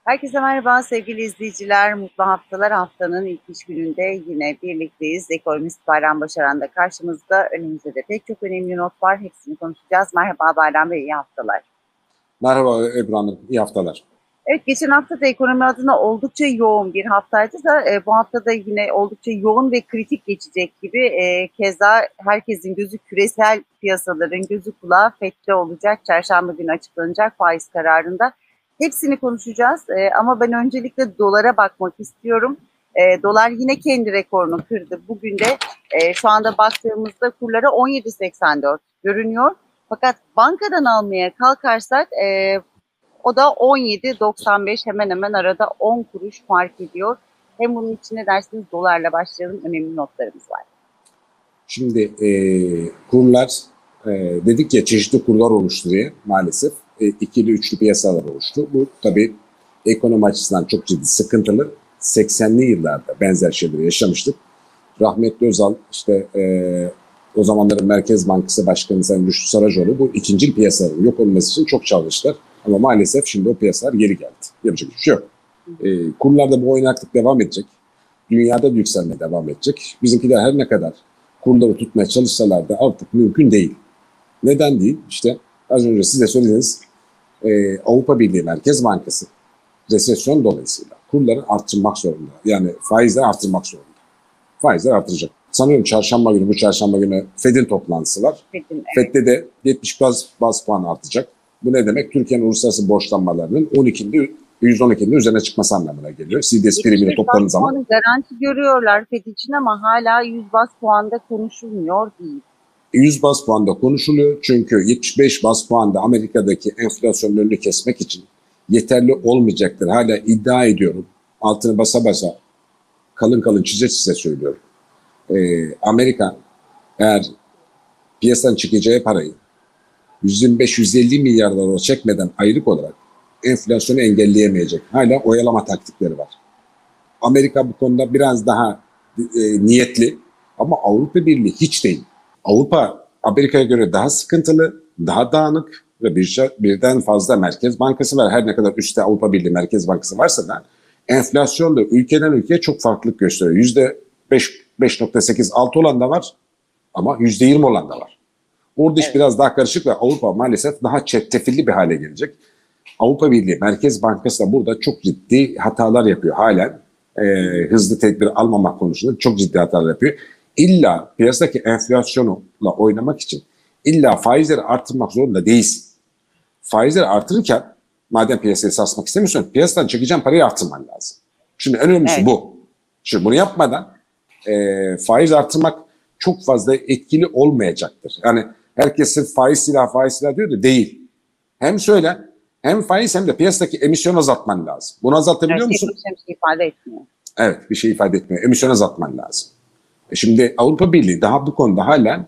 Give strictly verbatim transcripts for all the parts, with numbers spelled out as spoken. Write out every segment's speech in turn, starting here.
Herkese merhaba sevgili izleyiciler. Mutlu haftalar, haftanın ilk iş gününde yine birlikteyiz. Ekonomist Bayram Başaran da karşımızda. Önümüzde de pek çok önemli not var. Hepsini konuşacağız. Merhaba Bayram Bey, iyi haftalar. Merhaba Ebru Hanım, iyi haftalar. Evet, geçen hafta da ekonomi adına oldukça yoğun bir haftaydı da e, bu hafta da yine oldukça yoğun ve kritik geçecek gibi. E, keza herkesin gözü, küresel piyasaların gözü kulağı F E D'de olacak. Çarşamba günü açıklanacak faiz kararında. Hepsini konuşacağız e, ama ben öncelikle dolara bakmak istiyorum. E, dolar yine kendi rekorunu kırdı. Bugün de e, şu anda baktığımızda kurlara on yedi seksen dört görünüyor. Fakat bankadan almaya kalkarsak e, o da on yedi doksan beş, hemen hemen arada on kuruş fark ediyor. Hem bunun için ne dersiniz, dolarla başlayalım, önemli notlarımız var. Şimdi e, kurlar e, dedik ya, çeşitli kurlar oluştu diye maalesef e, ikili üçlü piyasalar oluştu. Bu tabii ekonomi açısından çok ciddi sıkıntılı. seksenli yıllarda benzer şeyleri yaşamıştık. Rahmetli Özal, işte e, o zamanların Merkez Bankası Başkanı Sayın Rüştü Saracoğlu bu ikinci piyasaların yok olması için çok çalıştılar. Ama maalesef şimdi o piyasalar geri geldi. Yapacak bir şey yok. E, kurlarda bu oynaklık devam edecek. Dünyada da yükselmeye devam edecek. Bizimkiler her ne kadar kurları tutmaya çalışsalar da artık mümkün değil. Neden değil? İşte az önce size söylediğiniz e, Avrupa Birliği Merkez Bankası resesyon dolayısıyla kurları arttırmak zorunda. Yani faizleri arttırmak zorunda. Faizler artıracak. Sanıyorum çarşamba günü, bu çarşamba günü F E D'in toplantısı var. Evet. F E D'de de yetmiş baz, baz puan artacak. Bu ne demek? Türkiye'nin uluslararası borçlanmalarının on ikide yüz on ikinin üzerine çıkması anlamına geliyor. C D S primini topladığınız zaman. Garanti görüyorlar F E D için ama hala yüz baz puanda konuşulmuyor değil. yüz baz puanda konuşuluyor çünkü yetmiş beş baz puanda Amerika'daki enflasyonun önünü kesmek için yeterli olmayacaktır. Hala iddia ediyorum. Altını basa basa, kalın kalın çize çize söylüyorum. Ee, Amerika eğer piyasadan çıkacağı parayı yüz yirmi beş yüz elli milyar dolar çekmeden aylık olarak enflasyonu engelleyemeyecek. Hala oyalama taktikleri var. Amerika bu konuda biraz daha e, niyetli ama Avrupa Birliği hiç değil. Avrupa Amerika'ya göre daha sıkıntılı, daha dağınık ve bir, birden fazla Merkez Bankası var. Her ne kadar üstte Avrupa Birliği Merkez Bankası varsa da enflasyon da ülkeden ülkeye çok farklılık gösteriyor. yüzde beş, beş nokta sekiz altı olan da var ama yüzde yirmi olan da var. Orada iş evet. biraz daha karışık ve Avrupa maalesef daha çetrefilli bir hale gelecek. Avrupa Birliği Merkez Bankası da burada çok ciddi hatalar yapıyor halen. Ee, hızlı tedbir almamak konusunda çok ciddi hatalar yapıyor. İlla piyasadaki enflasyonla oynamak için illa faizleri artırmak zorunda değilsin. Faizleri artırırken madem piyasayı sarsmak istemiyorsun, piyasadan çekeceğin parayı artırman lazım. Şimdi en önemlisi evet. bu. Şimdi bunu yapmadan e, faiz artırmak çok fazla etkili olmayacaktır. Yani herkes sırf faiz silah faiz silah diyor da değil. Hem söyle hem faiz hem de piyasadaki emisyonu azaltman lazım. Bunu azaltabiliyor evet, musun? Bir şey ifade etmiyor. Evet, bir şey ifade etmiyor. Emisyonu azaltman lazım. E şimdi Avrupa Birliği daha bu konuda halen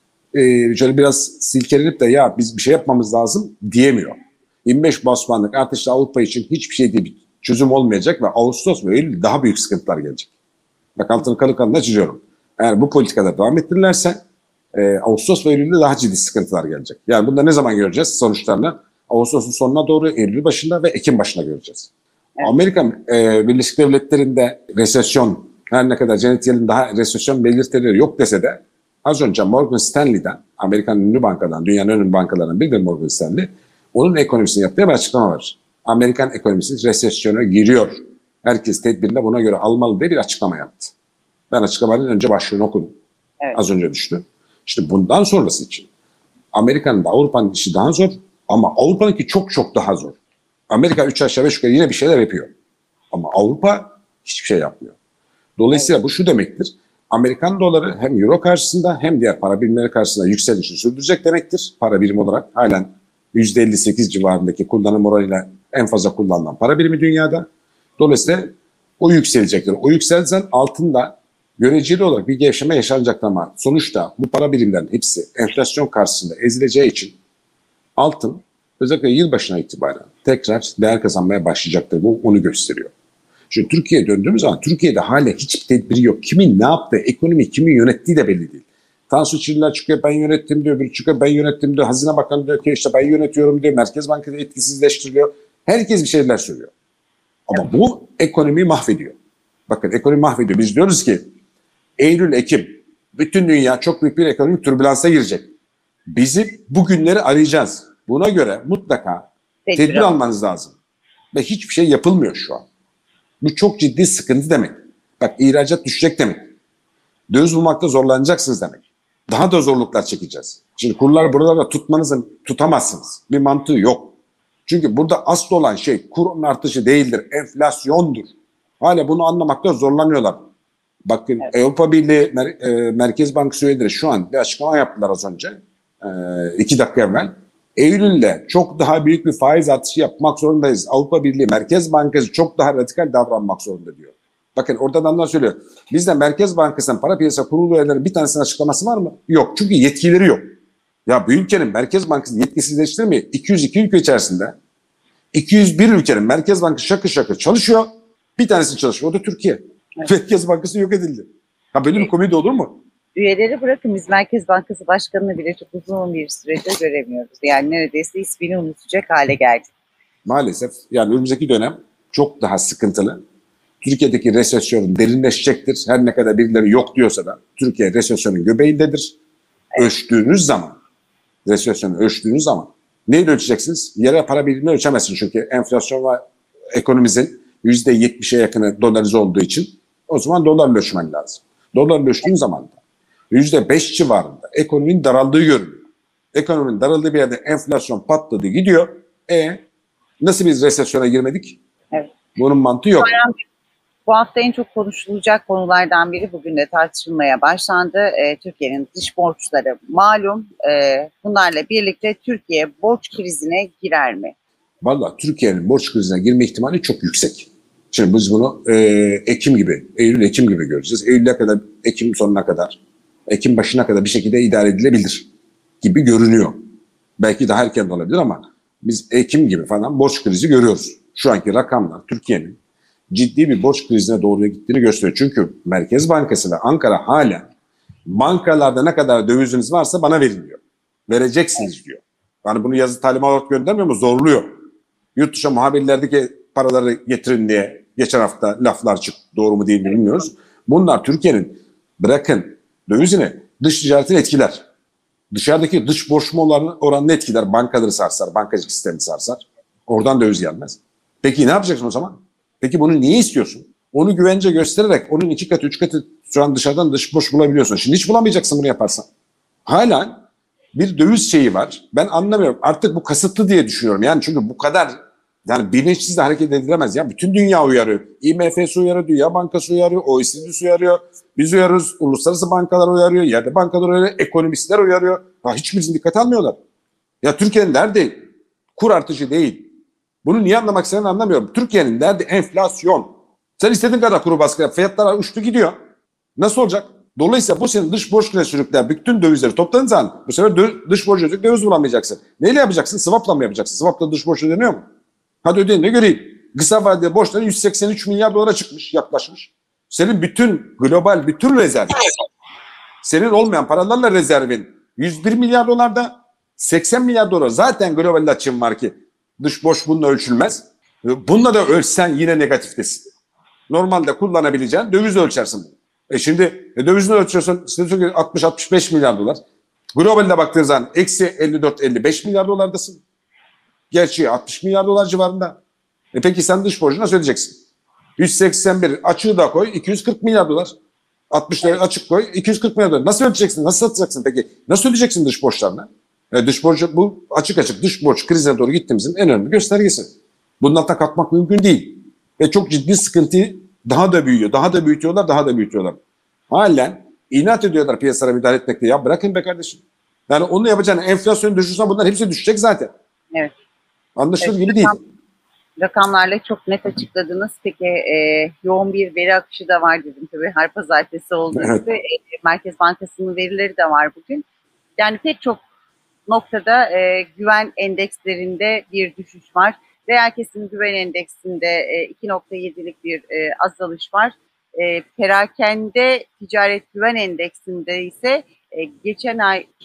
e, şöyle biraz silkelenip de ya biz bir şey yapmamız lazım diyemiyor. yirmi beş baz puanlık artışla Avrupa için hiçbir şey değil, bir çözüm olmayacak ve Ağustos ve Eylül daha büyük sıkıntılar gelecek. Bak altını kalı kalına çiziyorum. Eğer bu politikada devam ettirirlerse e, Ağustos ve Eylül'de daha ciddi sıkıntılar gelecek. Yani bunda ne zaman göreceğiz sonuçlarını? Ağustos'un sonuna doğru, Eylül başında ve Ekim başında göreceğiz. Evet. Amerika e, Birleşik Devletleri'nde resesyon, her ne kadar Janet Yellen daha resesyon belirtileri yok dese de az önce Morgan Stanley'den, Amerika'nın ünlü bankadan, dünyanın ünlü bankalarından biri de Morgan Stanley, onun ekonomisini yaptığı bir açıklama var. Amerikan ekonomisi resesyona giriyor. Herkes tedbirini buna göre almalı diye bir açıklama yaptı. Ben açıklamanın önce başlığını okudum. Evet. Az önce düştü. İşte bundan sonrası için Amerika'nın da Avrupa'nın işi daha zor ama Avrupa'nınki çok çok daha zor. Amerika üç aşağı beş yukarı yine bir şeyler yapıyor. Ama Avrupa hiçbir şey yapmıyor. Dolayısıyla evet. bu şu demektir. Amerikan doları hem euro karşısında hem diğer para birimleri karşısında yükselişini sürdürecek demektir. Para birimi olarak halen yüzde elli sekiz civarındaki kullanım oranıyla en fazla kullanılan para birimi dünyada. Dolayısıyla o yükselecektir. O yükselsen altında göreceli olarak bir gevşeme yaşanacaktır ama sonuçta bu para birimlerin hepsi enflasyon karşısında ezileceği için altın özellikle yılbaşına itibaren tekrar değer kazanmaya başlayacaktır. Bu onu gösteriyor. Şimdi Türkiye'ye döndüğümüz zaman Türkiye'de hala hiçbir tedbiri yok. Kimin ne yaptığı, ekonomi kimin yönettiği de belli değil. Tansu Çiller çıkıyor ben yönettim diyor, biri çıkıyor ben yönettim diyor. Hazine Bakanı diyor ki işte ben yönetiyorum diyor. Merkez Bankası etkisizleştiriliyor. Herkes bir şeyler söylüyor. Ama bu ekonomiyi mahvediyor. Bakın ekonomi mahvediyor. Biz diyoruz ki Eylül, Ekim bütün dünya çok büyük bir ekonomik türbülansa girecek. Bizim bu günleri arayacağız. Buna göre mutlaka Tedbir tedbir al. almanız lazım. Ve hiçbir şey yapılmıyor şu an. Bu çok ciddi sıkıntı demek. Bak ihracat düşecek demek. Döviz bulmakta zorlanacaksınız demek. Daha da zorluklar çekeceğiz. Şimdi kurlar buralarda tutmanızı tutamazsınız. Bir mantığı yok. Çünkü burada asıl olan şey kurun artışı değildir, enflasyondur. Hala bunu anlamakta zorlanıyorlar. Bakın evet. Avrupa Birliği Mer e, Merkez Bankası üyeleri şu an bir açıklama yaptılar az önce. E, iki dakika evvel. Eylül'de çok daha büyük bir faiz artışı yapmak zorundayız. Avrupa Birliği Merkez Bankası çok daha radikal davranmak zorunda diyor. Bakın orada adamlar söylüyor. Bizde Merkez Bankası'nın para piyasa kurulu üyeleri bir tanesinin açıklaması var mı? Yok. Çünkü yetkileri yok. Ya bu ülkenin Merkez Bankası yetkisizleştirir mi? iki yüz iki ülke içerisinde iki yüz bir ülkenin Merkez Bankası şakır şakır çalışıyor. Bir tanesi çalışıyor. O da Türkiye. Evet. Merkez Bankası yok edildi. Ha böyle bir komedi olur mu? Üyeleri bırakın biz Merkez Bankası Başkanı'nı bile çok uzun bir süredir göremiyoruz. Yani neredeyse ismini unutacak hale geldi. Maalesef yani önümüzdeki dönem çok daha sıkıntılı. Türkiye'deki resesyon derinleşecektir. Her ne kadar birileri yok diyorsa da Türkiye resesyonun göbeğindedir. Evet. Ölçtüğünüz zaman, resesyonu ölçtüğünüz zaman neyi ölçeceksiniz? Yere para birimini ölçemezsiniz çünkü enflasyon ve ekonomimizin yüzde yetmişe yakını dolarize olduğu için o zaman dolarla ölçmen lazım. Dolarla ölçtüğün zaman da yüzde beş civarında ekonominin daraldığı görünüyor. Ekonominin daraldığı bir yerde enflasyon patladı gidiyor. E nasıl biz resesyona girmedik? Evet. Bunun mantığı yok. Bu hafta en çok konuşulacak konulardan biri bugün de tartışılmaya başlandı. E, Türkiye'nin dış borçları malum. E, bunlarla birlikte Türkiye borç krizine girer mi? Vallahi Türkiye'nin borç krizine girme ihtimali çok yüksek. Şimdi biz bunu e, Ekim gibi, Eylül-Ekim gibi göreceğiz. Eylül'e kadar, Ekim sonuna kadar, Ekim başına kadar bir şekilde idare edilebilir gibi görünüyor. Belki daha erken de olabilir ama biz Ekim gibi falan borç krizi görüyoruz. Şu anki rakamlar Türkiye'nin ciddi bir borç krizine doğru gittiğini gösteriyor. Çünkü Merkez Bankası ve Ankara hala bankalarda ne kadar döviziniz varsa bana verin diyor. Vereceksiniz diyor. Yani bunu yazı talimat olarak göndermiyor ama zorluyor. Yurt dışı muhabirlerdeki paraları getirin diye geçen hafta laflar çıktı. Doğru mu değil mi bilmiyoruz. Bunlar Türkiye'nin bırakın dövizini dış ticaretini etkiler. Dışarıdaki dış borç oranını etkiler. Bankaları sarsar, bankacılık sistemi sarsar. Oradan döviz gelmez. Peki ne yapacaksın o zaman? Peki bunu niye istiyorsun? Onu güvence göstererek onun iki katı, üç katı şu an dışarıdan dış borç bulabiliyorsun. Şimdi hiç bulamayacaksın bunu yaparsan. Hala bir döviz şeyi var. Ben anlamıyorum. Artık bu kasıtlı diye düşünüyorum. Yani çünkü bu kadar yani bilinçsiz de hareket edilemez. Ya bütün dünya uyarıyor. I M F'si uyarıyor, Dünya Bankası uyarıyor, O E C D'si uyarıyor. Biz uyarıyoruz, uluslararası bankalar uyarıyor, yerde bankalar uyarıyor, ekonomistler uyarıyor. Ha, hiçbirisini dikkate almıyorlar. Ya Türkiye'nin derdi kur artışı değil. Bunu niye anlamak istediğini anlamıyorum. Türkiye'nin derdi enflasyon. Sen istediğin kadar kuru baskı yap. Fiyatlar uçtu gidiyor. Nasıl olacak? Dolayısıyla bu senin dış borç krizine sürükler. Bütün dövizleri topladığın zaman bu sefer dış borç ödeyecek, döviz bulamayacaksın. Neyle yapacaksın? Swap'la mı yapacaksın? Swap'la dış borç ödeniyor mu? Hadi ödeyin de göreyim. Kısa vadeli borçların yüz seksen üç milyar dolara çıkmış, yaklaşmış. Senin bütün global, bütün rezerv, senin olmayan paralarla rezervin yüz bir milyar dolarda, seksen milyar dolar zaten globalde açığın var ki dış borç bununla ölçülmez. Bununla da ölçsen yine negatiftesin. Normalde kullanabileceğin döviz ölçersin. E şimdi e, dövizle ölçüyorsun altmış altmış beş milyar dolar. Globalde baktığın zaman eksi elli dört elli beş milyar dolardasın. Gerçi altmış milyar dolar civarında. E peki sen dış borcu nasıl ödeyeceksin? yüz seksen bir açığı da koy iki yüz kırk milyar dolar. altmış lira açık koy iki yüz kırk milyar dolar. Nasıl ödeyeceksin? Nasıl satacaksın peki? Nasıl ödeyeceksin dış borçlarını? E dış borcu bu açık açık dış borç krizine doğru gittiğimizin en önemli göstergesi. Bunun altına kalkmak mümkün değil. Ve çok ciddi sıkıntıyı daha da büyüyor. Daha da büyütüyorlar, daha da büyütüyorlar. Halen inat ediyorlar piyasalara müdahale etmekte. Ya bırakın be kardeşim. Yani onu yapacağını enflasyonu düşürsen bunlar hepsi düşecek zaten. Evet. Anlaşılır evet, gibi değil. Rakamlarla çok net açıkladınız. Peki e, yoğun bir veri akışı da var dedim tabii. Her pazartesi olduğu Evet. gibi e, Merkez Bankası'nın verileri de var bugün. Yani pek çok noktada e, güven endekslerinde bir düşüş var. Reel kesim güven endeksinde e, iki nokta yedilik bir e, azalış var. E, perakende ticaret güven endeksinde ise e, geçen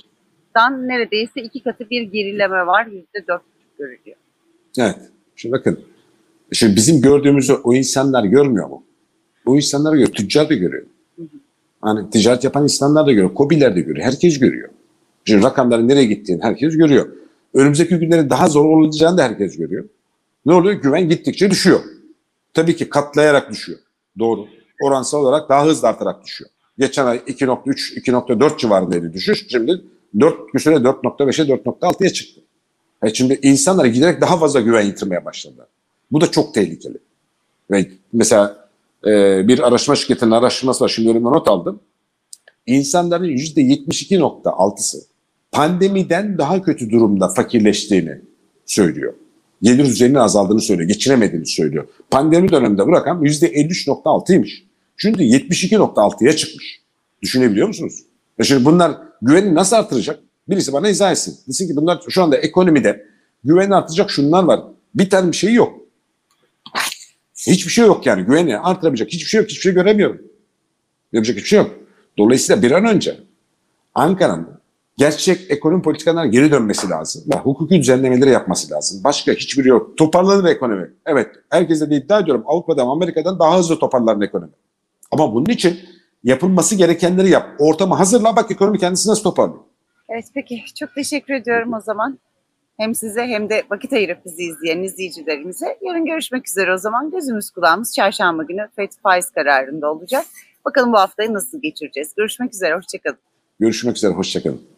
aydan neredeyse iki katı bir gerileme var. yüzde dört görülüyor. Evet. Şimdi bakın Şimdi bizim gördüğümüzü o insanlar görmüyor mu? O insanlar görüyor. Tüccar da görüyor. Hani ticaret yapan insanlar da görüyor. KOBİ'ler de görüyor. Herkes görüyor. Şimdi rakamların nereye gittiğini herkes görüyor. Önümüzdeki günlerin daha zor olacağını da herkes görüyor. Ne oluyor? Güven gittikçe düşüyor. Tabii ki katlayarak düşüyor. Doğru. Oransal olarak daha hızlı artarak düşüyor. Geçen ay iki nokta üç iki nokta dört civarındaydı düşüş. Şimdi dört küsüre dört nokta beşe dört nokta altıya çıktı. E şimdi insanlar giderek daha fazla güven yitirmeye başladılar. Bu da çok tehlikeli. Ve mesela e, bir araştırma şirketinin araştırması var. Şimdi önüme not aldım. İnsanların yüzde yetmiş iki nokta altısı pandemiden daha kötü durumda fakirleştiğini söylüyor. Gelir düzeyinin azaldığını söylüyor. Geçinemediğini söylüyor. Pandemi döneminde bu rakam yüzde elli üç nokta altıymış. Şimdi yetmiş iki nokta altıya çıkmış. Düşünebiliyor musunuz? E şimdi bunlar güveni nasıl artıracak? Birisi bana izah etsin. Desin ki bunlar şu anda ekonomide güveni artıracak şunlar var. Bir tane bir şey yok. Hiçbir şey yok yani. Güveni artırabilecek hiçbir şey yok. Hiçbir şey göremiyorum. Yapacak hiçbir şey yok. Dolayısıyla bir an önce Ankara'nın gerçek ekonomi politikalarına geri dönmesi lazım. Ve hukuki düzenlemeleri yapması lazım. Başka hiçbiri yok. Toparlanır ekonomi. Evet. Herkese de iddia ediyorum. Avrupa'dan, Amerika'dan daha hızlı toparlanır ekonomi. Ama bunun için yapılması gerekenleri yap. Ortamı hazırla, bak ekonomi kendisi nasıl toparlıyor. Evet, peki. Çok teşekkür ediyorum o zaman. Hem size hem de vakit ayırıp bizi izleyen izleyicilerimize. Yarın görüşmek üzere o zaman. Gözümüz kulağımız çarşamba günü F E D faiz kararında olacak. Bakalım bu haftayı nasıl geçireceğiz. Görüşmek üzere, hoşçakalın. Görüşmek üzere, hoşçakalın.